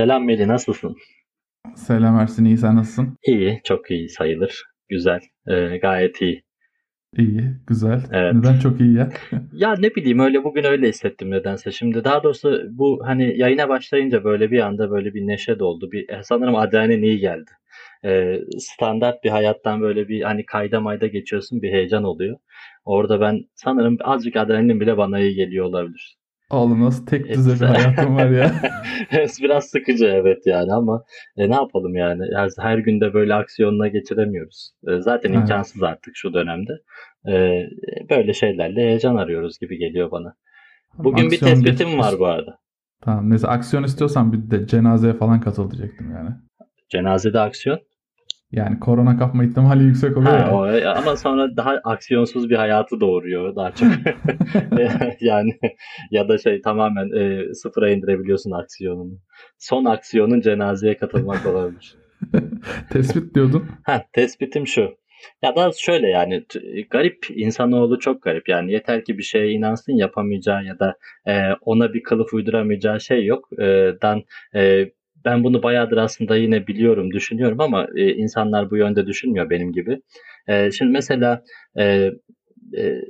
Selam Melih, nasılsın? Selam Ersin, iyi sen nasılsın? İyi, çok iyi sayılır. Güzel, gayet iyi. İyi, güzel. Evet. Neden çok iyi ya? Ya ne bileyim öyle bugün öyle hissettim nedense. Şimdi daha doğrusu bu hani yayına başlayınca böyle bir anda böyle bir neşe doldu. Sanırım adrenalin iyi geldi. Standart bir hayattan böyle bir hani kayda mayda geçiyorsun bir heyecan oluyor. Orada ben sanırım azıcık adrenalin bile bana iyi geliyor olabilir. Oğlum nasıl tek düze bir Etkisi. hayatım var ya. Biraz sıkıcı evet yani ama ne yapalım yani her günde böyle aksiyonuna geçiremiyoruz. Zaten Evet. imkansız artık şu dönemde. E, Böyle şeylerle heyecan arıyoruz gibi geliyor bana. Tamam, Bugün bir aksiyon geç. tespitim var bu arada. Tamam, neyse aksiyon istiyorsan bir de cenazeye falan katıl diyecektim yani. Cenazede aksiyon. Yani korona kapma ihtimali yüksek oluyor Ha, ya. ama sonra daha aksiyonsuz bir hayatı doğuruyor daha çok. Yani ya da şey tamamen sıfıra indirebiliyorsun aksiyonunu. Son aksiyonun cenazeye katılmak olabilir. Tespit diyordun. Tespitim şu. Ya da şöyle yani garip insanoğlu çok garip yani yeter ki bir şeye inansın yapamayacağı ya da ona bir kılıf uyduramayacağı şey yok. Ben bunu bayağıdır aslında yine biliyorum düşünüyorum ama insanlar bu yönde düşünmüyor benim gibi. Şimdi mesela e, e,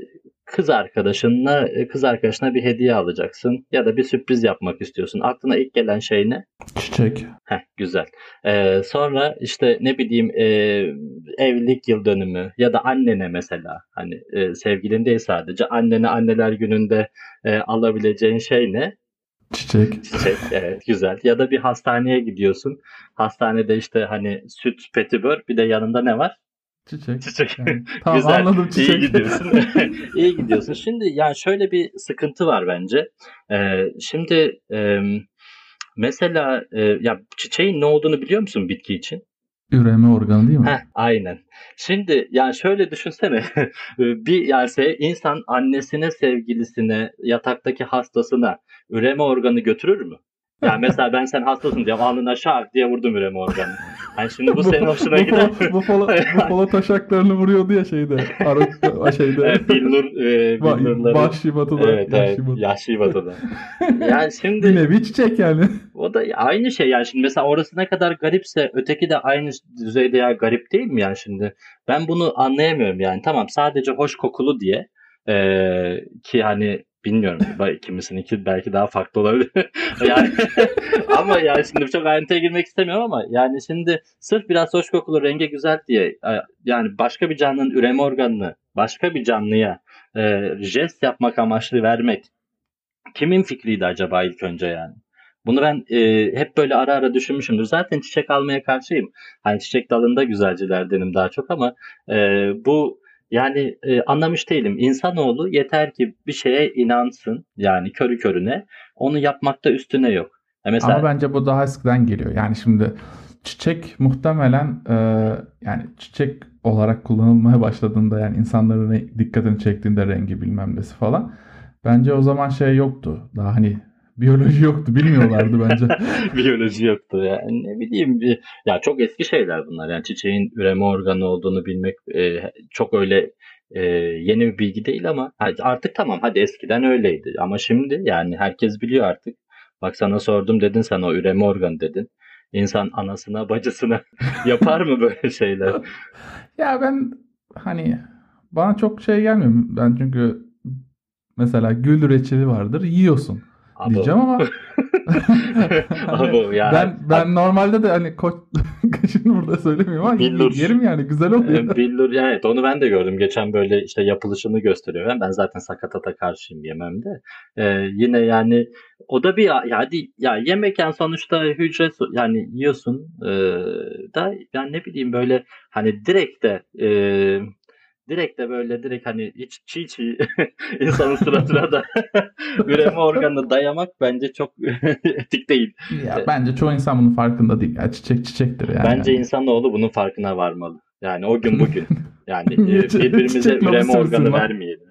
kız arkadaşına bir hediye alacaksın ya da bir sürpriz yapmak istiyorsun. Aklına ilk gelen şey ne? Çiçek. Heh, güzel. Sonra işte ne bileyim evlilik yıl dönümü ya da annene mesela hani sevgilin değil sadece annene anneler gününde alabileceğin şey ne? Çiçek. Çiçek. Evet güzel. Ya da bir hastaneye gidiyorsun. Hastanede işte hani süt, petibör bir de yanında ne var? Çiçek. Çiçek. Yani tamam, Güzel. anladım, İyi çiçek. gidiyorsun. İyi gidiyorsun. Şimdi yani şöyle bir sıkıntı var bence. Şimdi mesela ya çiçeğin ne olduğunu biliyor musun bitki için? Üreme organı değil mi? Aynen. Şimdi yani şöyle düşünsene. Bir yani insan annesine, sevgilisine, yataktaki hastasına üreme organı götürür mü? Ya mesela ben sen hastasın diye alnına şak diye vurdum üreme organını. Hani şimdi bu Bu, senin hoşuna gider mi? bu polo taşaklarını vuruyordu ya şeyde. Şeyde. Billurları Vahşi batıda. evet evet Yaşlı batıda. Yahşi Batı'da. Yani Bir şimdi nevi çiçek yani. o da aynı şey yani şimdi mesela orası ne kadar garipse öteki de aynı düzeyde ya garip değil mi yani şimdi ben bunu anlayamıyorum yani tamam sadece hoş kokulu diye ki hani bilmiyorum kimisininki belki daha farklı olabilir yani ama yani şimdi çok ayrıntıya girmek istemiyorum ama yani şimdi sırf biraz hoş kokulu rengi güzel diye yani başka bir canlının üreme organını başka bir canlıya jest yapmak amaçlı vermek kimin fikriydi acaba ilk önce yani? Bunu ben hep böyle ara ara düşünmüşümdür. Zaten çiçek almaya karşıyım. Hani çiçek dalında güzelcilerdenim daha çok ama e, bu yani anlamış değilim. İnsanoğlu yeter ki bir şeye inansın yani körü körüne onu yapmakta üstüne yok. Ama Mesela bence bu daha eskiden geliyor. Yani şimdi çiçek muhtemelen yani çiçek olarak kullanılmaya başladığında yani insanların dikkatini çektiğinde rengi bilmem nesi falan. Bence o zaman şey yoktu. Daha hani biyoloji yoktu. Bilmiyorlardı bence. biyoloji yoktu ya. Ne bileyim ya çok eski şeyler bunlar. Yani çiçeğin üreme organı olduğunu bilmek çok öyle yeni bir bilgi değil ama artık tamam hadi eskiden öyleydi ama şimdi yani herkes biliyor artık. Bak sana sordum dedin sen o üreme organı dedin. İnsan anasına bacısına yapar mı böyle şeyler? Ya ben hani bana çok şey gelmiyor. Ben çünkü mesela gül reçeli vardır, yiyorsun Abo. diyeceğim ama hani Abo ya ben normalde de hani şimdi burada söylemiyorum ama billur. yerim yani, güzel oluyor. Billur ya evet onu ben de gördüm. Geçen böyle işte yapılışını gösteriyor. Ben zaten sakatata karşıyım yemem de. Yine yani o da bir hadi ya yemek yani sonuçta yani yiyorsun da yani ne bileyim böyle hani direkt de böyle direkt hani hiç çiğ çiğ insanın suratına da üreme organına dayamak bence çok etik değil. Ya bence çoğu insan bunun farkında değil. Ya çiçek çiçektir yani Bence hani. insanoğlu bunun farkına varmalı. Yani o gün bugün. Yani Niye birbirimize çiçek lafı üreme sürsün organı lan? vermeyelim.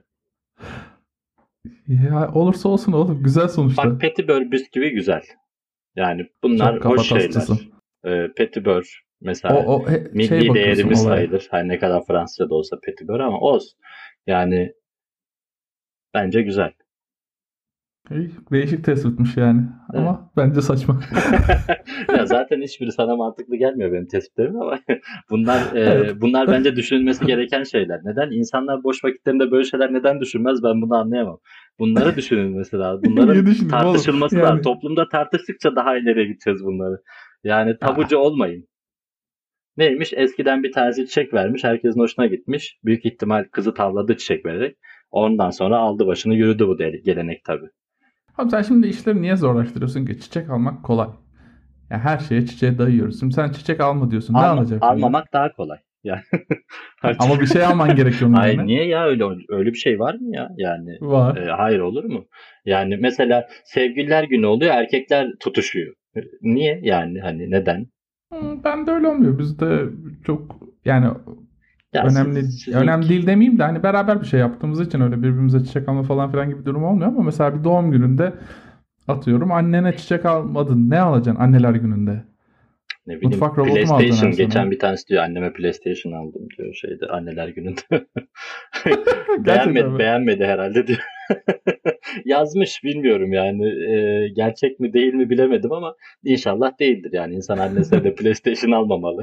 Ya olursa olsun oğlum, güzel sonuçta. Bak petibör bisküvi güzel. Yani bunlar Çok hoş kafa şeyler. tasçısın. Petibör mesela Şey milli bakıyorsun değerimiz olaya. sayılır. Her ne kadar Fransızca da olsa petibör ama olsun. Yani bence güzel. Değişik tespitmiş yani. Evet. Ama bence saçma. Ya zaten hiçbiri sana mantıklı gelmiyor benim tespitlerim ama bunlar Evet. bunlar bence düşünülmesi gereken şeyler. Neden insanlar boş vakitlerinde böyle şeyler neden düşünmez, ben bunu anlayamam. Bunları düşünülmesi lazım. Bunların Niye düşüneyim oğlum? tartışılması lazım. Yani Toplumda tartıştıkça daha ileriye gideceğiz bunları. Yani tabucu ah, olmayın. Neymiş? Eskiden bir tanesi çiçek vermiş. Herkesin hoşuna gitmiş. Büyük ihtimal kızı tavladı çiçek vererek. Ondan sonra aldı başını yürüdü bu gelenek tabii. abi sen şimdi işleri niye zorlaştırıyorsun ki? Çiçek almak kolay. Ya her şeye çiçeğe dayıyoruz. Şimdi sen çiçek alma diyorsun. Ne alacaksın ya? Almamak daha kolay. Yani Ama bir şey alman gerekiyor onun hayır, yerine. niye ya, öyle bir şey var mı ya? Yani Var. hayır, olur mu? Yani mesela sevgililer günü oluyor, erkekler tutuşuyor. Niye yani, hani neden? Ben de öyle olmuyor. Bizde çok yani Ya önemli sizinki değil demeyeyim de hani beraber bir şey yaptığımız için öyle birbirimize çiçek alma falan filan gibi bir durum olmuyor ama mesela bir doğum gününde atıyorum annene çiçek almadın. Ne alacaksın anneler gününde? ne bileyim, Mutfak robotu mu alacaksın her PlayStation, sene? geçen bir tanesi diyor anneme PlayStation aldım diyor şeyde, anneler gününde. Gerçekten mi? Beğenmedi herhalde diyor. Yazmış, bilmiyorum yani, gerçek mi değil mi bilemedim ama inşallah değildir, yani insan annesine de PlayStation almamalı.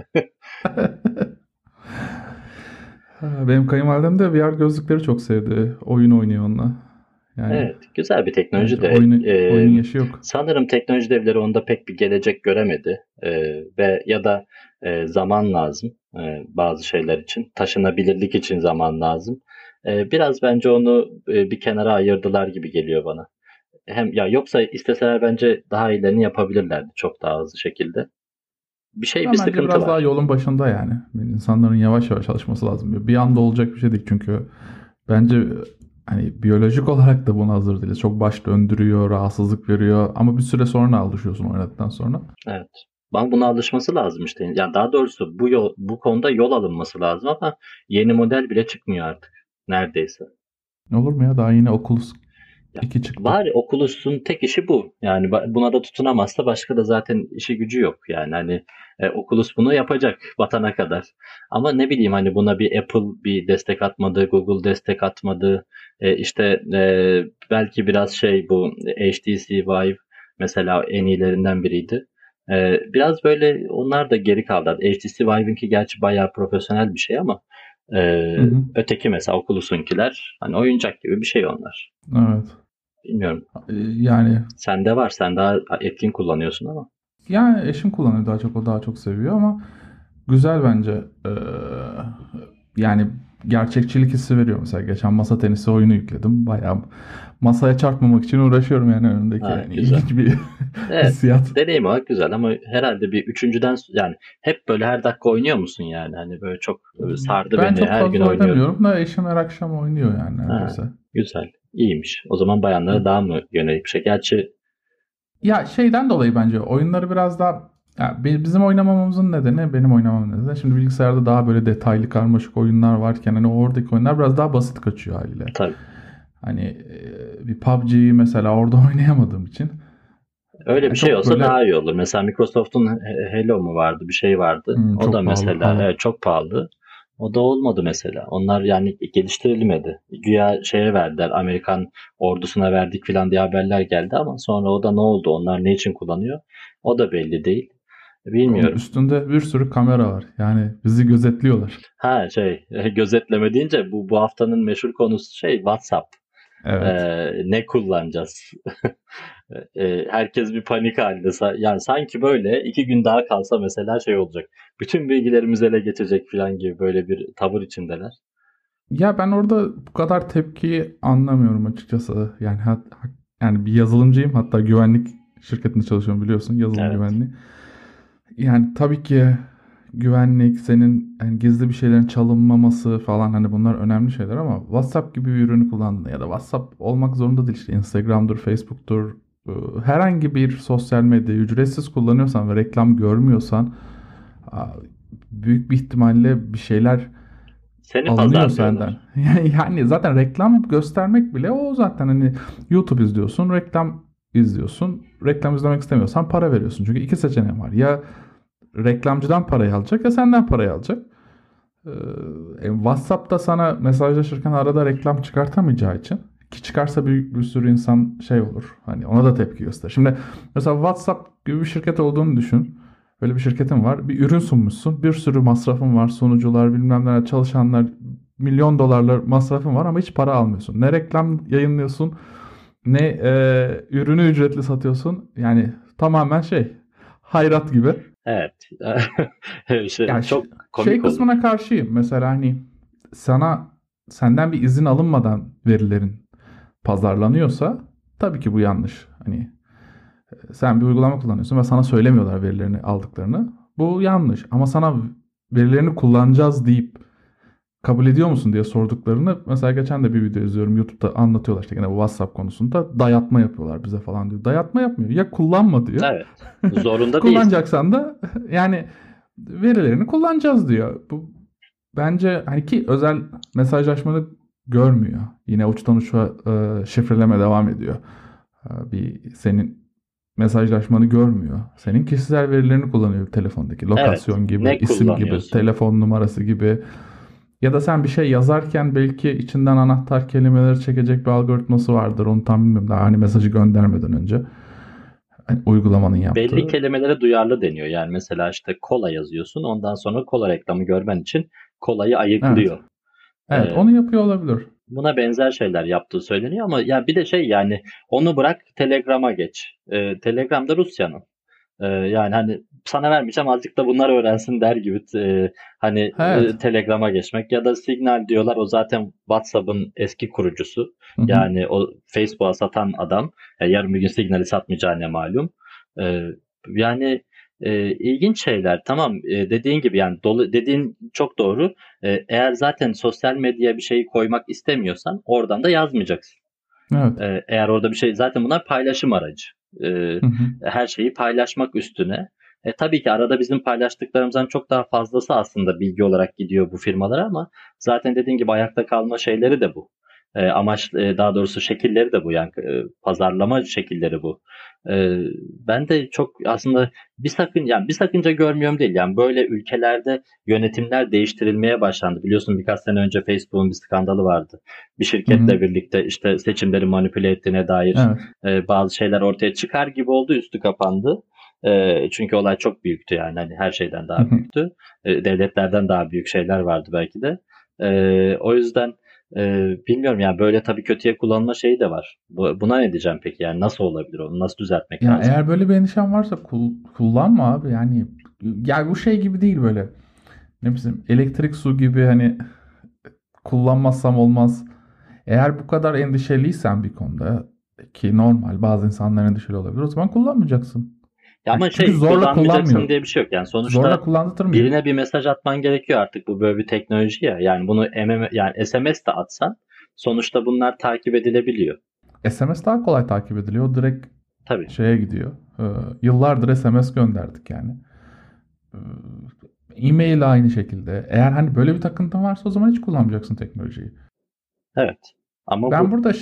Benim kayınvalidem de VR gözlükleri çok sevdi. Oyun oynuyor onunla. Yani Evet, güzel bir teknoloji bence de oyunun yaşı yok. sanırım teknoloji devleri onda pek bir gelecek göremedi. Ve ya da zaman lazım bazı şeyler için, taşınabilirlik için zaman lazım. Biraz bence onu bir kenara ayırdılar gibi geliyor bana. Hem ya, yoksa isteseler bence daha iyilerini yapabilirlerdi çok daha hızlı şekilde. Bir Ben bence sıkıntı biraz daha var. yolun başında yani. İnsanların yavaş yavaş çalışması lazım. Bir anda olacak bir şey değil çünkü bence hani biyolojik olarak da buna hazır değiliz. Çok baş döndürüyor, rahatsızlık veriyor ama bir süre sonra alışıyorsun oynadıktan sonra. Evet. Buna alışması lazım işte. Yani daha doğrusu bu konuda yol alınması lazım ama yeni model bile çıkmıyor artık neredeyse. Ne olur mu ya daha yine Oculus Ya 2 çıktı. var, Oculus'un tek işi bu. Yani buna da tutunamazsa başka da zaten işi gücü yok. Yani hani Oculus bunu yapacak batana kadar. Ama ne bileyim, hani buna bir Apple bir destek atmadı, Google destek atmadı. İşte belki biraz bu HTC Vive mesela en iyilerinden biriydi. Biraz böyle onlar da geri kaldı. HTC Vive'inki gerçi bayağı profesyonel bir şey ama Hı hı. öteki mesela Oculus'unkiler hani oyuncak gibi bir şey onlar. Evet. Bilmiyorum. Yani Sende var. Sen daha etkin kullanıyorsun ama. eşim kullanıyor daha çok o daha çok seviyor ama güzel bence. Yani gerçekçilik hissi veriyor. Mesela geçen masa tenisi oyunu yükledim. Bayağı masaya çarpmamak için uğraşıyorum yani önündeki. Ha, Yani güzel. ilginç bir Evet. hissiyat. Deneyim olarak güzel ama herhalde bir üçüncüden yani hep böyle her dakika oynuyor musun yani? Hani böyle çok sardı Ben beni, çok her gün fazla oynuyorum. oynamıyorum da eşim her akşam oynuyor yani Ha, neredeyse. güzel. İyiymiş. O zaman bayanlara daha mı yönelik bir şey? Gerçi Ya şeyden dolayı bence oyunları biraz daha ya bizim oynamamamızın nedeni benim oynamamın nedeni. Şimdi bilgisayarda daha böyle detaylı karmaşık oyunlar varken hani oradaki oyunlar biraz daha basit kaçıyor haliyle. tabii. Hani bir PUBG'yi mesela orada oynayamadığım için Öyle bir şey çok olsa böyle daha iyi olur. Mesela Microsoft'un Hello mu vardı, bir şey vardı. O da çok pahalı mesela hala. evet, çok pahalı. O da olmadı mesela. Onlar yani geliştirilmedi. Güya şeye verdiler, Amerikan ordusuna verdik falan diye haberler geldi ama sonra o da ne oldu? Onlar ne için kullanıyor? O da belli değil. Onun Bilmiyorum. üstünde bir sürü kamera var. Yani bizi gözetliyorlar. Ha, gözetleme deyince bu haftanın meşhur konusu WhatsApp. Evet. Ne kullanacağız? Herkes bir panik halinde. Yani sanki böyle 2 gün daha kalsa mesela olacak. Bütün bilgilerimizi ele geçecek falan gibi böyle bir tavır içindeler. Ya ben orada bu kadar tepkiyi anlamıyorum açıkçası. Yani yani bir yazılımcıyım hatta güvenlik şirketinde çalışıyorum biliyorsun yazılım Evet. güvenliği. Yani tabii ki güvenlik senin yani gizli bir şeylerin çalınmaması falan hani bunlar önemli şeyler ama WhatsApp gibi bir ürünü kullandığında ya da WhatsApp olmak zorunda değil işte Instagram'dır, Facebook'tur herhangi bir sosyal medyayı ücretsiz kullanıyorsan ve reklam görmüyorsan büyük bir ihtimalle bir şeyler Seni alınıyor senden. pazarlıyorlar. Yani zaten reklam göstermek bile o zaten hani YouTube izliyorsun, reklam izliyorsun. Reklam izlemek istemiyorsan para veriyorsun. Çünkü iki seçeneğin var. Ya reklamcıdan parayı alacak ya senden parayı alacak. WhatsApp'ta sana mesajlaşırken arada reklam çıkartamayacağı için Ki çıkarsa bir sürü insan şey olur. Hani ona da tepki gösterir. Şimdi mesela WhatsApp gibi bir şirket olduğunu düşün. Böyle bir şirketin var. Bir ürün sunmuşsun. Bir sürü masrafın var. Sunucular, bilmem neler, çalışanlar, milyon dolarlar masrafın var ama hiç para almıyorsun. Ne reklam yayınlıyorsun, ne ürünü ücretli satıyorsun. Yani tamamen şey, hayrat gibi. Evet. Yani Çok şey komik olur. kısmına karşıyım. Mesela hani senden bir izin alınmadan verilerin pazarlanıyorsa tabii ki bu yanlış. Hani sen bir uygulama kullanıyorsun ve sana söylemiyorlar verilerini aldıklarını. Bu yanlış. Ama sana verilerini kullanacağız deyip kabul ediyor musun diye sorduklarını, mesela geçen de bir video izliyorum, YouTube'da anlatıyorlar işte gene bu WhatsApp konusunda dayatma yapıyorlar bize falan diyor. Dayatma yapmıyor. Ya kullanma diyor. Evet. Zorunda değilsin. Kullanacaksan da yani verilerini kullanacağız diyor. Bu bence hani ki özel mesajlaşmanı görmüyor. Yine uçtan uça şifreleme devam ediyor. Bir senin mesajlaşmanı görmüyor. Senin kişisel verilerini kullanıyor telefondaki. Evet. Lokasyon gibi, Ne isim gibi, kullanıyorsun? telefon numarası gibi. Ya da sen bir şey yazarken belki içinden anahtar kelimeleri çekecek bir algoritması vardır. Onu tam bilmiyorum. Daha hani mesajı göndermeden önce. Hani uygulamanın Belli yaptığı. kelimelere duyarlı deniyor. Yani mesela işte kola yazıyorsun. Ondan sonra kola reklamı görmen için kolayı Evet. ayıklıyor. Evet, Ee, onu yapıyor olabilir. Buna benzer şeyler yaptığı söyleniyor ama ya bir de şey yani onu bırak Telegram'a geç. Telegram da Rusya'nın. Yani hani sana vermeyeceğim azıcık da bunlar öğrensin der gibi hani Evet. Telegram'a geçmek ya da Signal diyorlar o zaten WhatsApp'ın eski kurucusu. Hı hı. Yani o Facebook'a satan adam yarın bir gün Signal'i satmayacağı ne malum. Ee, Yani ilginç şeyler tamam dediğin gibi yani dediğin çok doğru. Eğer zaten sosyal medyaya bir şeyi koymak istemiyorsan oradan da yazmayacaksın. Evet. Eğer orada bir şey zaten bunlar paylaşım aracı. Hı hı. Her şeyi paylaşmak üstüne. Tabii ki arada bizim paylaştıklarımızdan çok daha fazlası aslında bilgi olarak gidiyor bu firmalara ama zaten dediğin gibi ayakta kalma şeyleri de bu. Amaç daha doğrusu şekilleri de bu yani pazarlama şekilleri bu. E, Ben de çok aslında bir sakınca görmüyorum değil. Yani böyle ülkelerde yönetimler değiştirilmeye başlandı. Biliyorsun birkaç sene önce Facebook'un bir skandalı vardı. Bir Hı hı. şirketle birlikte işte seçimleri manipüle ettiğine dair Evet. bazı şeyler ortaya çıkar gibi oldu, üstü kapandı. Çünkü olay çok büyüktü yani hani her şeyden Hı daha hı. büyüktü. Devletlerden daha büyük şeyler vardı belki de. O yüzden bilmiyorum yani böyle tabii kötüye kullanma şeyi de var. Buna ne diyeceğim peki yani nasıl olabilir onu nasıl düzeltmek Ya lazım? eğer böyle bir endişen varsa kullanma abi. Yani bu şey gibi değil böyle. Ne bileyim, elektrik su gibi hani kullanmazsam olmaz. Eğer bu kadar endişeliysen bir konuda, ki normal, bazı insanlar endişeli olabilir, o zaman kullanmayacaksın. Ya Yani ama çünkü şey zorla kullanmayacaksın kullanmıyor. diye bir şey yok. Yani Zorla sonuçta kullandırmıyor. birine bir mesaj atman gerekiyor artık. Bu böyle bir teknoloji ya. Yani bunu yani SMS de atsan sonuçta bunlar takip edilebiliyor. SMS daha kolay takip ediliyor. O direkt Tabii. şeye gidiyor. Yıllardır SMS gönderdik yani. Ee, E-mail aynı şekilde. Eğer hani böyle bir takıntın varsa o zaman hiç kullanmayacaksın teknolojiyi. Evet. Ama Ben bu burada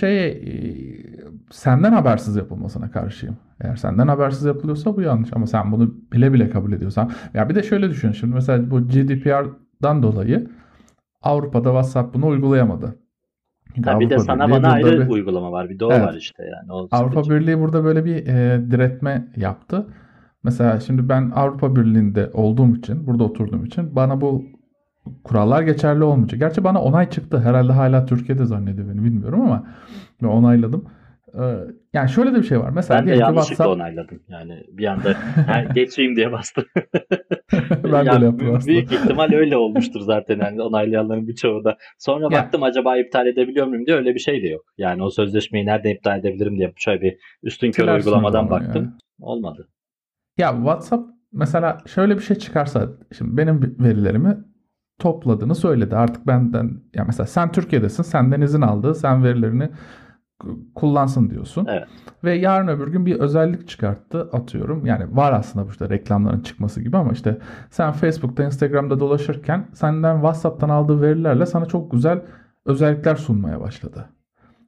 senden habersiz yapılmasına karşıyım. Eğer senden habersiz yapılıyorsa bu yanlış, ama sen bunu bile bile kabul ediyorsan. Ya bir de şöyle düşün. Şimdi mesela bu GDPR'dan dolayı Avrupa'da WhatsApp bunu uygulayamadı. Çünkü ha bir de Avrupa sana Birliği bana burada ayrı bir uygulama var. Bir de o var evet, işte yani o Avrupa sıkıcı. Birliği burada böyle bir diretme yaptı. Mesela şimdi ben Avrupa Birliği'nde olduğum için, burada oturduğum için bana bu kurallar geçerli olmayacak. Gerçi bana onay çıktı. Herhalde hala Türkiye'de zannediyor beni, bilmiyorum ama ben onayladım. Yani şöyle de bir şey var. Mesela Ben de diyelim ki yanlışlıkla WhatsApp onayladım. Yani bir anda geçeyim diye bastım. ben de Ya öyle yaptım aslında. büyük ihtimal öyle olmuştur zaten yani onaylayanların birçoğu da. Sonra Ya baktım acaba iptal edebiliyor muyum diye öyle bir şey de yok. Yani o sözleşmeyi nerede iptal edebilirim diye şöyle bir üstünkörü silersin uygulamadan uygulamayı baktım. ya. Olmadı. Ya WhatsApp mesela şöyle bir şey çıkarsa, şimdi benim verilerimi topladığını söyledi. Artık benden, ya mesela sen Türkiye'desin, senden izin aldı, sen verilerini kullansın diyorsun. Evet. Ve yarın öbür gün bir özellik çıkarttı, atıyorum. Yani var aslında bu işte reklamların çıkması gibi, ama işte sen Facebook'ta, Instagram'da dolaşırken senden WhatsApp'tan aldığı verilerle sana çok güzel özellikler sunmaya başladı.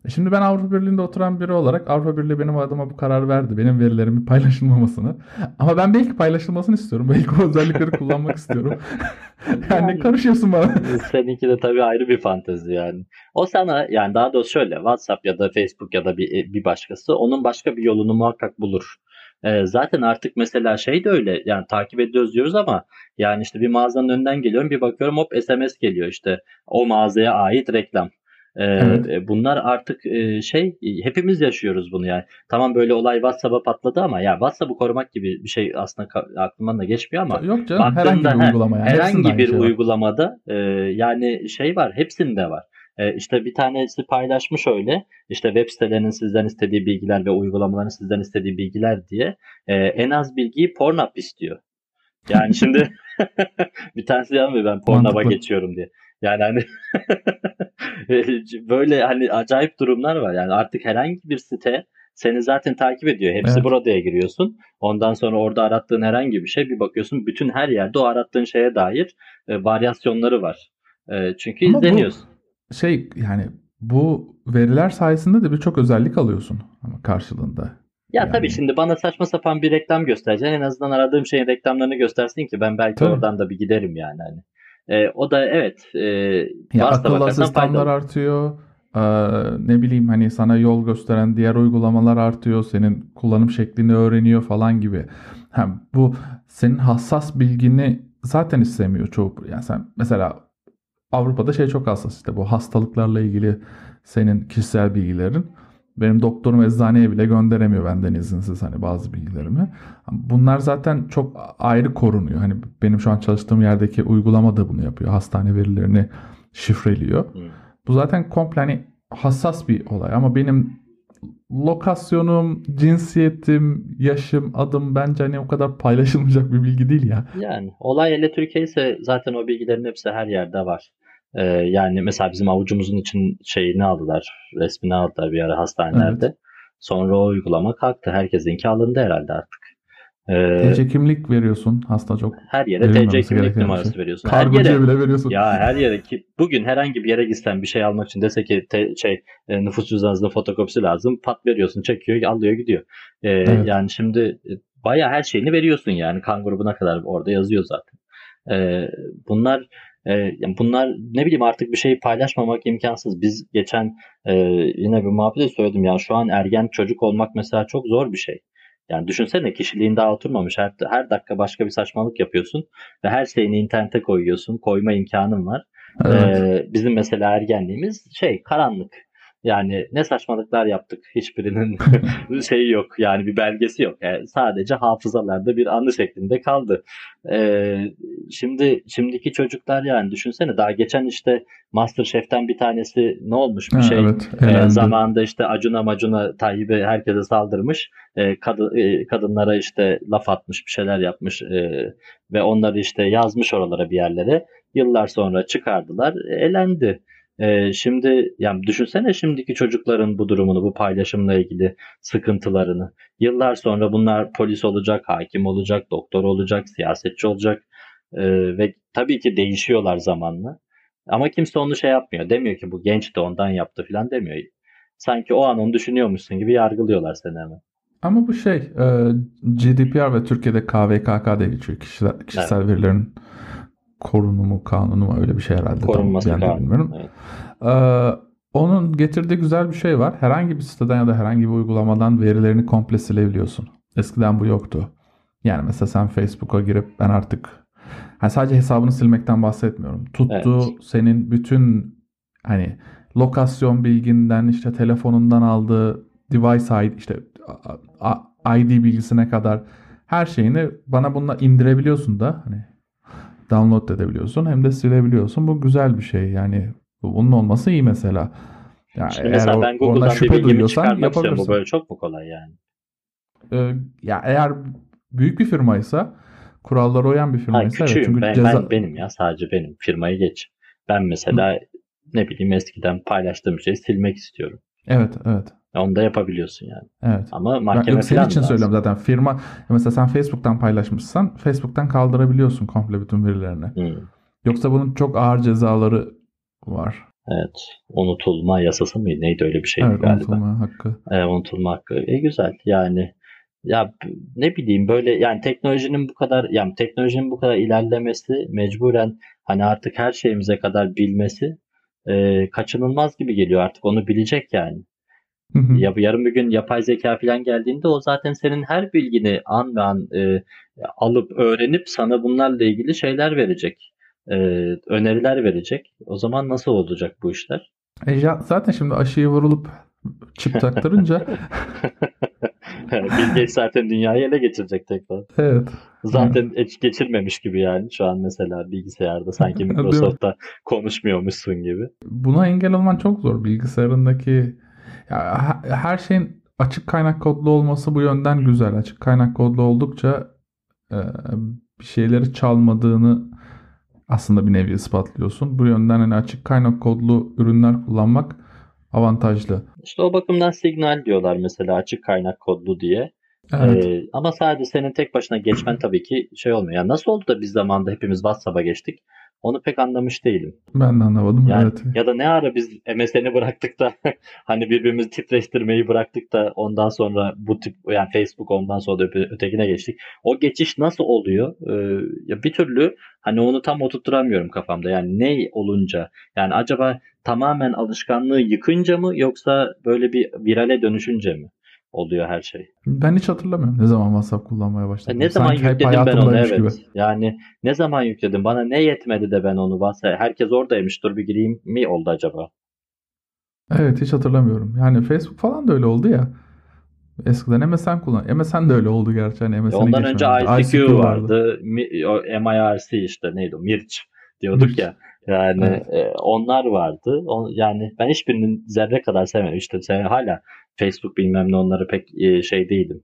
Şimdi ben Avrupa Birliği'nde oturan biri olarak Avrupa Birliği benim adıma bu kararı verdi. Benim verilerimin paylaşılmamasını. Ama ben belki paylaşılmasını istiyorum. Belki o özellikleri kullanmak istiyorum. Yani ne Yani karışıyorsun bana? seninki de tabii ayrı bir fantezi yani. O sana yani daha doğrusu şöyle WhatsApp ya da Facebook ya da bir başkası onun başka bir yolunu muhakkak bulur. Zaten artık mesela şey de öyle yani takip ediyoruz diyoruz ama yani işte bir mağazanın önünden geliyorum bir bakıyorum hop SMS geliyor işte o mağazaya ait reklam. Evet. Bunlar artık hepimiz yaşıyoruz bunu yani. Tamam böyle olay WhatsApp'a patladı ama ya WhatsApp'ı korumak gibi bir şey aslında aklımdan da geçmiyor ama Yok canım, herhangi bir baktığında uygulama yani. Hepsinde herhangi aynı bir şey var. uygulamada yani şey var, hepsinde var. İşte bir tanesi paylaşmış öyle, işte web sitelerinin sizden istediği bilgiler ve uygulamaların sizden istediği bilgiler diye en az bilgiyi Pornhub istiyor. Yani şimdi bir tanesi yazmıyor ben Pornhub'a Mantıklı. geçiyorum diye. Yani hani böyle hani acayip durumlar var. Yani artık herhangi bir site seni zaten takip ediyor. Hepsi Evet. buradaya giriyorsun. Ondan sonra orada arattığın herhangi bir şey bir bakıyorsun bütün her yerde o arattığın şeye dair varyasyonları var. Çünkü Ama bu izleniyorsun. yani bu veriler sayesinde de birçok özellik alıyorsun ama karşılığında. Ya tabii Yani şimdi bana saçma sapan bir reklam göstereceksin. En azından aradığım şeyin reklamlarını göstersin ki ben belki tabii. oradan da bir giderim yani. Hani. O da evet Ya aslına akıllı bakarsan asistanlar faydalı. artıyor. Ee, Ne bileyim hani sana yol gösteren diğer uygulamalar artıyor. Senin kullanım şeklini öğreniyor falan gibi. Bu senin hassas bilgini zaten istemiyor çoğu. Yani sen mesela Avrupa'da şey çok hassas, işte bu hastalıklarla ilgili senin kişisel bilgilerin. Benim doktorum eczaneye bile gönderemiyor benden izinsiz hani bazı bilgilerimi. Bunlar zaten çok ayrı korunuyor. Hani benim şu an çalıştığım yerdeki uygulama da bunu yapıyor. Hastane verilerini şifreliyor. Hı. Bu zaten komple hani hassas bir olay ama benim lokasyonum, cinsiyetim, yaşım, adım bence hani o kadar paylaşılmayacak bir bilgi değil ya. Yani olay hele Türkiye ise zaten o bilgilerin hepsi her yerde var. Yani mesela bizim avucumuzun için şeyini aldılar, resmini aldılar bir ara Evet. hastanelerde. Sonra o uygulama kalktı. Herkesinki alındı herhalde artık. Ee, TC kimlik veriyorsun. Aslında çok Her yere TC verilmemesi kimlik gereken bir şey. numarası veriyorsun. Her Kargocuya yere. bile veriyorsun. Ya her yere ki bugün herhangi bir yere gitsen bir şey almak için dese ki nüfus cüzdanınızın fotokopisi lazım. Pat veriyorsun, çekiyor, alıyor gidiyor. Evet. Yani şimdi bayağı her şeyini veriyorsun yani kan grubuna kadar orada yazıyor zaten. Ee, bunlar yani bunlar ne bileyim artık bir şeyi paylaşmamak imkansız. Biz geçen yine bir muhabbete söyledim ya şu an ergen çocuk olmak mesela çok zor bir şey. Yani düşünsene kişiliğin daha oturmamış. Her dakika başka bir saçmalık yapıyorsun ve her şeyini internete koyuyorsun. Koyma imkanın var. Evet. Bizim mesela ergenliğimiz karanlık. Yani ne saçmalıklar yaptık. Hiçbirinin şeyi yok. Yani bir belgesi yok. Yani sadece hafızalarda bir anı şeklinde kaldı. Ee, şimdiki çocuklar yani düşünsene daha geçen işte MasterChef'ten bir tanesi ne olmuş bir Ha, şey evet. Elendi. zamanında işte Acun'a Tayyip'e herkese saldırmış kadınlara işte laf atmış bir şeyler yapmış ve onları işte yazmış oralara bir yerlere yıllar sonra çıkardılar elendi. Şimdi yani düşünsene şimdiki çocukların bu durumunu bu paylaşımla ilgili sıkıntılarını yıllar sonra bunlar polis olacak hakim olacak doktor olacak siyasetçi olacak ve tabii ki değişiyorlar zamanla ama kimse onu şey yapmıyor demiyor ki bu genç de ondan yaptı falan demiyor sanki o an onu düşünüyormuşsun gibi yargılıyorlar seni hemen. Ama bu GDPR ve Türkiye'de KVKK diye geçiyor. Evet. Kişisel verilerin korunumu kanunu mu, öyle bir şey herhalde, tam Korunması ben de kanunu. bilmiyorum. Evet. E, Onun getirdiği güzel bir şey var. Herhangi bir siteden ya da herhangi bir uygulamadan verilerini komple silebiliyorsun. Eskiden bu yoktu. Yani mesela sen Facebook'a girip ben artık, hani sadece hesabını silmekten bahsetmiyorum. Evet. Tuttu senin bütün hani lokasyon bilginden, işte telefonundan aldığı device ID, işte ID bilgisine kadar her şeyini bana bununla indirebiliyorsun da hani download edebiliyorsun hem de silebiliyorsun. Bu güzel bir şey. Yani bunun olması iyi mesela. Ya Şimdi eğer mesela ben ona Google'dan bir şüphe bilgimi duyuyorsan çıkarmak istiyorum. Bu yapabilirsin. böyle çok mu kolay yani? Ya eğer büyük bir firmaysa, kurallara uyan bir Ha firmaysa, evet, küçüğüm. çünkü Ben benim ya sadece benim. Firmayı geç. Ben mesela ne bileyim eskiden paylaştığım şeyi silmek istiyorum. evet, evet. Onu da yapabiliyorsun yani. Evet. Ama Yok, mahkeme senin falan için lazım. söylüyorum zaten. Firma mesela, sen Facebook'tan paylaşmışsan Facebook'tan kaldırabiliyorsun komple bütün verilerini. Hmm. Yoksa bunun çok ağır cezaları var. Evet. Unutulma yasası mıydı? Neydi, öyle bir şeydi Evet, galiba. unutulma hakkı. Unutulma hakkı. Güzel. Yani ya ne bileyim, böyle yani teknolojinin bu kadar ilerlemesi, mecburen hani artık her şeyimize kadar bilmesi kaçınılmaz gibi geliyor, artık onu bilecek yani. Hı hı. Ya yarın bir gün yapay zeka falan geldiğinde o zaten senin her bilgini an be an alıp öğrenip sana bunlarla ilgili şeyler verecek. E, Öneriler verecek. O zaman nasıl olacak bu işler? Zaten şimdi aşıyı vurulup çip taktırınca Bill Gates zaten dünyayı ele geçirecek tekrar. evet. Yani, Zaten hiç geçirmemiş gibi yani şu an mesela bilgisayarda sanki değil mi? Microsoft'ta konuşmuyormuşsun gibi. Buna engel olman çok zor. Bilgisayarındaki ya, her şeyin açık kaynak kodlu olması bu yönden güzel. Açık kaynak kodlu oldukça e, bir şeyleri çalmadığını aslında bir nevi ispatlıyorsun. Bu yönden hani açık kaynak kodlu ürünler kullanmak avantajlı. İşte o bakımdan Signal diyorlar mesela, açık kaynak kodlu diye. Evet. Ama sadece senin tek başına geçmen tabii ki şey olmuyor. Yani nasıl oldu da biz zamanında hepimiz WhatsApp'a geçtik? Onu pek anlamış değilim. Ben de anlamadım. Yani Evet. ya da ne ara biz MSN'i bıraktık da hani birbirimizi titreştirmeyi bıraktık da ondan sonra bu tip, yani Facebook, ondan sonra da ötekine geçtik. O geçiş nasıl oluyor? Ya bir türlü hani onu tam oturtturamıyorum kafamda. Yani ne olunca, yani acaba tamamen alışkanlığı yıkınca mı, yoksa böyle bir virale dönüşünce mi oluyor her şey? Ben hiç hatırlamıyorum ne zaman WhatsApp kullanmaya Ne başladım. zaman Sanki hep yükledim ben onu, hayatımdaymış gibi. evet. Yani ne zaman yükledim? Bana ne yetmedi de ben onu WhatsApp. Herkes oradaymış, dur bir gireyim mi oldu acaba? Evet, hiç hatırlamıyorum. Yani Facebook falan da öyle oldu ya. Eskiden MSN kullan. MSN de öyle oldu gerçi. Hani MSN'e Ondan önce geçmemizde. ICQ ICQ vardı. vardı. O MIRC, işte neydi o? Mirç diyorduk Mirç. ya. Yani Evet. onlar vardı. Yani ben hiçbirinin zerre kadar sevmedim. İşte hala Facebook bilmem ne, onları pek şey değilim.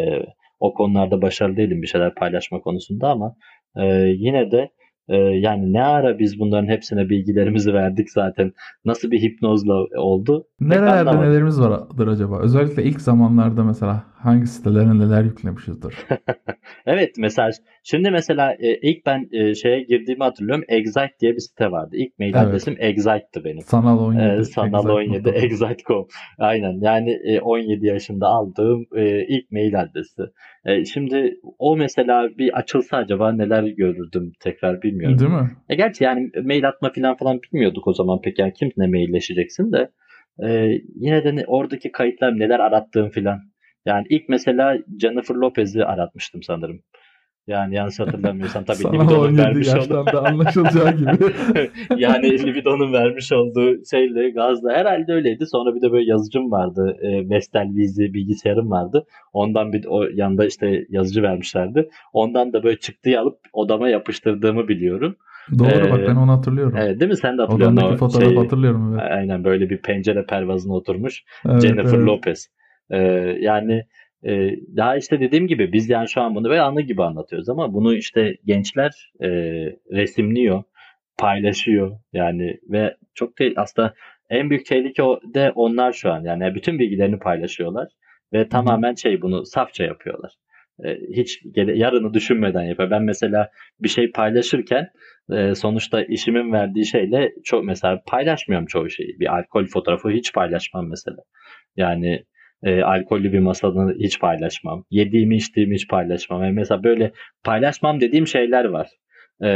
O konularda başarılı değilim bir şeyler paylaşma konusunda, ama e, yine de yani ne ara biz bunların hepsine bilgilerimizi verdik zaten. Nasıl bir hipnozla oldu? Pek Nerelerde anlamadım. nelerimiz vardır acaba? Özellikle ilk zamanlarda mesela hangi sitelere neler yüklemişizdir? Evet, mesela şimdi mesela ilk ben şeye girdiğimi hatırlıyorum. Excite diye bir site vardı. İlk mail Evet. adresim Excite'tı benim. Sanal 17 Sanal 17 excite.com. Excite.com. Aynen, yani 17 yaşında aldığım ilk mail adresi. Şimdi o mesela bir açılsa acaba neler görürdüm tekrar, bilmiyorum. Değil mi? Gerçi yani mail atma falan bilmiyorduk o zaman pek, yani kimle mailleşeceksin de. Yine de oradaki kayıtlar, neler arattığım filan. Yani ilk mesela Jennifer Lopez'i aratmıştım sanırım. Yani yanlış hatırlamıyorsam, tabii Sanal Libido'nun 17 vermiş olduğu yaştan da anlaşılacağı gibi. yani Libido'nun vermiş olduğu şeyle, gazla herhalde öyleydi. Sonra bir de böyle yazıcım vardı. Vestel Vizi bilgisayarım vardı. Ondan bir o yanında işte yazıcı vermişlerdi. Ondan da böyle çıktıyı alıp odama yapıştırdığımı biliyorum. Doğru, bak Ee, ben onu hatırlıyorum. Evet, değil mi? Sen de hatırlıyorsun Odandaki o fotoğrafı şeyi. hatırlıyorum, evet. Aynen, böyle bir pencere pervazına oturmuş Evet, Jennifer evet. Lopez. Ee, Yani daha işte dediğim gibi biz yani şu an bunu böyle anı gibi anlatıyoruz, ama bunu işte gençler resimliyor, paylaşıyor yani, ve çok aslında en büyük tehlike de onlar şu an, yani bütün bilgilerini paylaşıyorlar ve Hı hı. tamamen bunu safça yapıyorlar. Hiç yarını düşünmeden yapıyor. Ben mesela bir şey paylaşırken sonuçta işimin verdiği şeyle çok, mesela paylaşmıyorum çoğu şeyi. Bir alkol fotoğrafı hiç paylaşmam mesela. Yani alkollü bir masanı hiç paylaşmam. Yediğimi içtiğimi hiç paylaşmam. Yani mesela böyle paylaşmam dediğim şeyler var. E,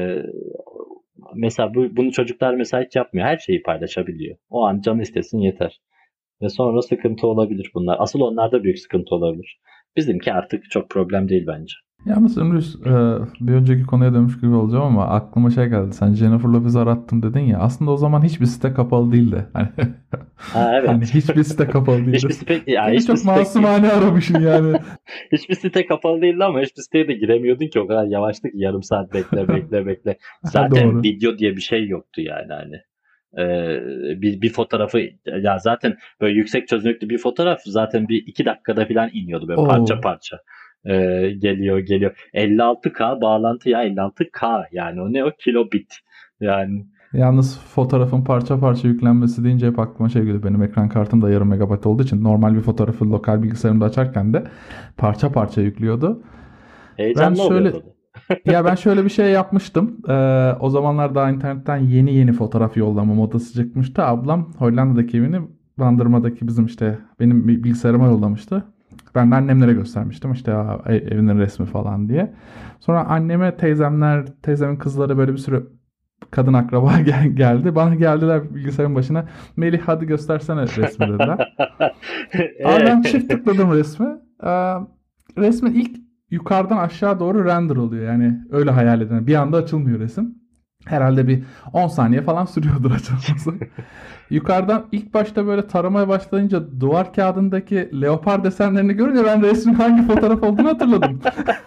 Mesela bunu çocuklar mesela hiç yapmıyor. Her şeyi paylaşabiliyor. O an canı istesin yeter. Ve sonra sıkıntı olabilir bunlar. Asıl onlarda büyük sıkıntı olabilir. Bizimki artık çok problem değil bence. Yalnız Ümrüz, bir önceki konuya dönmüş gibi olacağım ama aklıma şey geldi. Sen Jennifer Lopez'i arattım dedin ya. Aslında o zaman hiçbir site kapalı değildi. Hani, Ha, hani evet. hiçbir site kapalı değildi. Gene Hiçbir çok spek masumane aramışsın yani. hiçbir site kapalı değildi, ama hiçbir siteye de giremiyordun ki, o kadar yavaştı ki, yarım saat bekle bekle bekle. Ha, Zaten doğru. video diye bir şey yoktu yani, hani. Bir fotoğrafı, ya zaten böyle yüksek çözünürlüklü bir fotoğraf zaten bir iki dakikada falan iniyordu böyle parça Oo. parça. Geliyor. 56K bağlantı, ya 56K, yani o ne, o kilobit. Yani Yalnız fotoğrafın parça parça yüklenmesi deyince hep aklıma şey geliyor. Benim ekran kartım da yarım megabayt olduğu için normal bir fotoğrafı lokal bilgisayarımda açarken de parça parça yüklüyordu. Ben heyecanlı oluyor şöyle tabii. Ya ben şöyle bir şey yapmıştım. O zamanlar daha internetten yeni yeni fotoğraf yollama modası çıkmıştı. Ablam Hollanda'daki evini Bandırma'daki bizim işte benim bilgisayarıma yollamıştı. Ben de annemlere göstermiştim işte evinin resmi falan diye. Sonra anneme teyzemin kızları böyle bir sürü kadın akraba geldi. Bana geldiler bilgisayarın başına. Melih hadi göstersene resmi dediler. Abi E, ben çift tıkladım resmi. Resmin ilk yukarıdan aşağı doğru render oluyor. Yani öyle hayal edin. Bir anda açılmıyor resim. Herhalde bir 10 saniye falan sürüyordur açılması. Yukarıdan ilk başta böyle taramaya başlayınca duvar kağıdındaki leopar desenlerini görünce ben resmin hangi fotoğraf olduğunu hatırladım.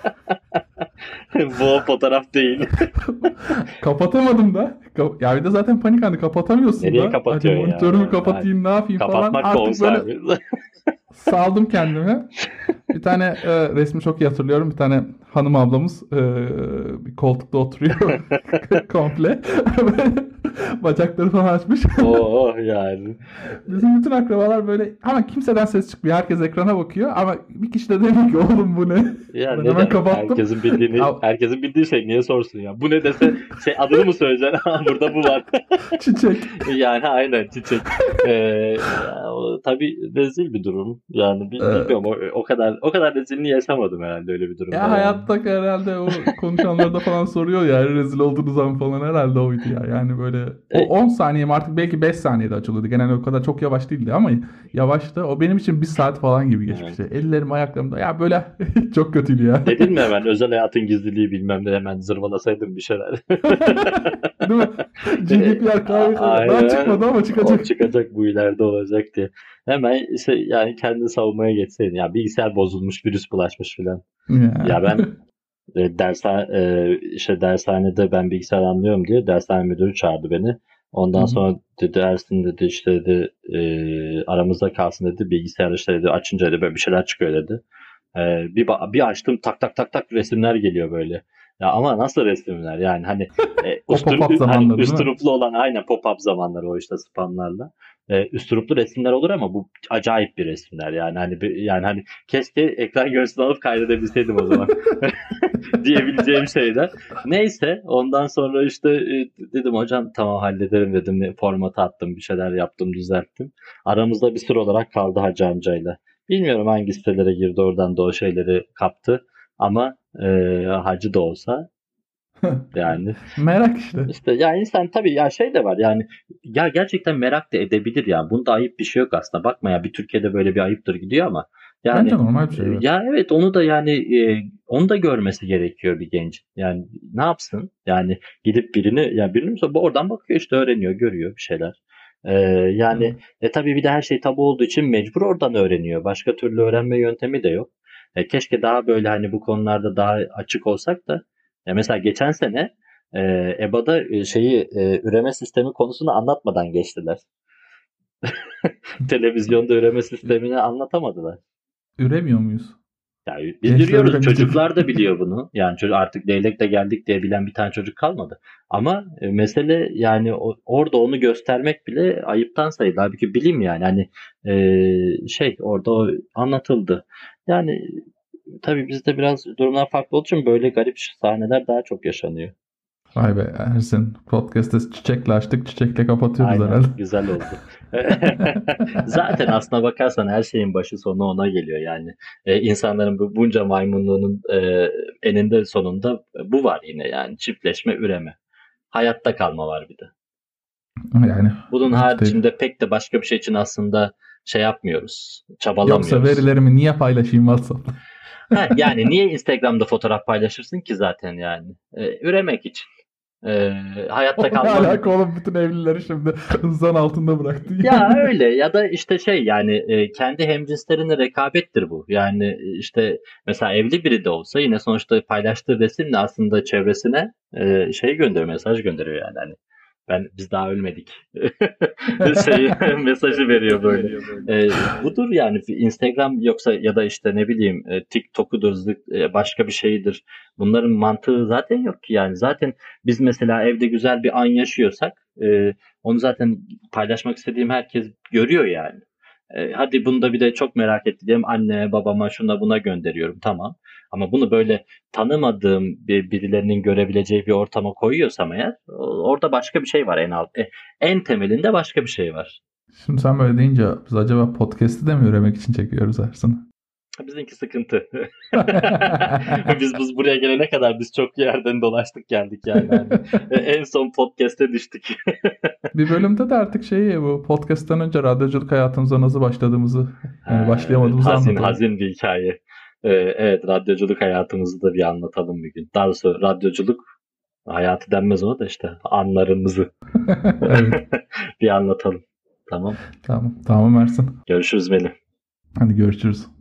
Bu o fotoğraf değil. Kapatamadım da. Ya bir de zaten panik anı kapatamıyorsun Nereye da. Hadi kapatıyorsun ya? monitörümü Yani kapatayım ne yapayım falan. kapatmak da 10 Artık böyle saniye. saldım kendimi. Bir tane resmi çok iyi hatırlıyorum. Bir tane hanım ablamız bir koltukta oturuyor komple. Bacakları falan açmış. Oh yani. Bizim bütün akrabalar böyle ama kimseden ses çıkmıyor. Herkes ekrana bakıyor ama bir kişi de demiyor ki oğlum bu ne? Ya Ben ne hemen demek? kapattım. Herkesin bildiği şey niye sorsun ya? Bu ne dese şey adını mı söyleyeceksin? Ha, burada bu var. Çiçek. Yani aynen çiçek. Ya, tabii rezil bir durum. Yani E, bilmiyorum o kadar rezilliği yaşamadım herhalde öyle bir durumda Ya yani. hayatta herhalde o konuşanlarda falan soruyor ya rezil olduğunuz zaman falan herhalde oydu ya. Yani böyle o E, 10 saniye mi artık belki 5 saniyede açılıyordu. Genelde o kadar çok yavaş değildi ama yavaştı. O benim için bir saat falan gibi evet. geçmişti. Ellerim ayaklarımda ya böyle çok kötüydü ya. Dedin mi hemen özel hayatın gizliliği bilmem ne hemen zırvalasaydım bir şeyler. Değil mi? GDPR KVKK daha Aynen. çıkmadı ama O çıkacak. çıkacak bu ileride olacak diye. Hemen işte yani kendini savunmaya geçseydin. Ya bilgisayar bozulmuş, virüs bulaşmış filan. Ya. Ya ben işte dershanede ben bilgisayar anlıyorum diye dershane müdürü çağırdı beni. Hı Ondan hı. sonra dedi Ersin dedi işte dedi aramızda kalsın dedi bilgisayar işte dedi açınca dedi böyle bir şeyler çıkıyor dedi. Bir açtım tak tak tak tak resimler geliyor böyle. Ya ama nasıl resimler yani hani O pop-up hani zamanları değil mi? üstüruplu olan aynen pop-up zamanları o işte spamlarla. Üstüruplu resimler olur ama bu acayip bir resimler yani yani hani keşke ekran görüntüsünü alıp kaydedebilseydim o zaman. Diyebileceğim şeyler. Neyse ondan sonra işte dedim hocam tamam hallederim dedim. Format attım bir şeyler yaptım düzelttim. Aramızda bir sır olarak kaldı Hacı amcayla. Bilmiyorum hangi sitelere girdi oradan da o şeyleri kaptı. Ama hacı da olsa yani Merak işte. işte ya insan tabii ya şey de var yani ya gerçekten merak da edebilir yani. Bunda ayıp bir şey yok aslında. Bakma ya bir Türkiye'de böyle bir ayıptır gidiyor ama yani Bence normal bir şey evet. ya evet onu da yani onu da görmesi gerekiyor bir genç. Yani ne yapsın? Yani gidip birini mi bu oradan bakıyor işte öğreniyor, görüyor bir şeyler. E, yani Evet. tabii bir de her şey tabu olduğu için mecbur oradan öğreniyor. Başka türlü öğrenme yöntemi de yok. Keşke daha böyle hani bu konularda daha açık olsak da mesela geçen sene EBA'da üreme sistemi konusunu anlatmadan geçtiler. Televizyonda üreme sistemini anlatamadılar. Üremiyor muyuz? Yani Gençler bildiriyoruz. üremeyecek. Çocuklar da biliyor bunu. Yani artık leylekle geldik diye bilen bir tane çocuk kalmadı. Ama mesele yani orada onu göstermek bile ayıptan sayılır. Halbuki bilim yani. Hani orada o anlatıldı. Yani tabii bizde biraz durumlar farklı olduğu için böyle garip sahneler daha çok yaşanıyor. Vay be Ersin. Podcast'ı çiçekle açtık, çiçekle kapatıyoruz Aynen, herhalde. güzel oldu. Zaten aslına bakarsan her şeyin başı sonu ona geliyor yani. İnsanların bunca maymunluğunun eninde sonunda bu var yine yani çiftleşme, üreme. Hayatta kalma var bir de. Yani Bunun işte haricinde pek de başka bir şey için aslında şey yapmıyoruz, yoksa çabalamıyoruz. verilerimi niye paylaşayım WhatsApp'ta? Yani niye Instagram'da fotoğraf paylaşırsın ki zaten yani? Üremek için. E, hayatta Ne kalman alaka oğlum bütün evlileri şimdi zan altında bıraktı Ya yani. öyle ya da işte yani kendi hemcinslerine rekabettir bu. Yani işte mesela evli biri de olsa yine sonuçta paylaştığı resimle aslında çevresine gönderiyor, mesaj gönderiyor yani. Hani biz daha ölmedik. Mesajı veriyor böyle. Budur yani Instagram yoksa ya da işte ne bileyim TikTok'udur, başka bir şeydir. Bunların mantığı zaten yok ki yani. Zaten biz mesela evde güzel bir an yaşıyorsak onu zaten paylaşmak istediğim herkes görüyor yani. Hadi bunu da bir de çok merak etti diyelim anneme babama şuna buna gönderiyorum tamam. Ama bunu böyle tanımadığım birilerinin görebileceği bir ortama koyuyorsam eğer, orada başka bir şey var en alt. En temelinde başka bir şey var. Şimdi sen böyle deyince biz acaba podcast'i de mi üremek için çekiyoruz Ersin? Bizimki sıkıntı. Biz buraya gelene kadar biz çok yerden dolaştık geldik yani. En son podcast'e düştük. Bir bölümde de artık bu podcast'tan önce radyoculuk hayatımıza nasıl başladığımızı, yani başlayamadığımızı anlatalım. Hazin bir hikaye. Evet, radyoculuk hayatımızı da bir anlatalım bir gün. Daha doğrusu radyoculuk hayatı denmez ona da işte anlarımızı bir anlatalım. Tamam. Tamam Ersin. Görüşürüz Melih. Hadi görüşürüz.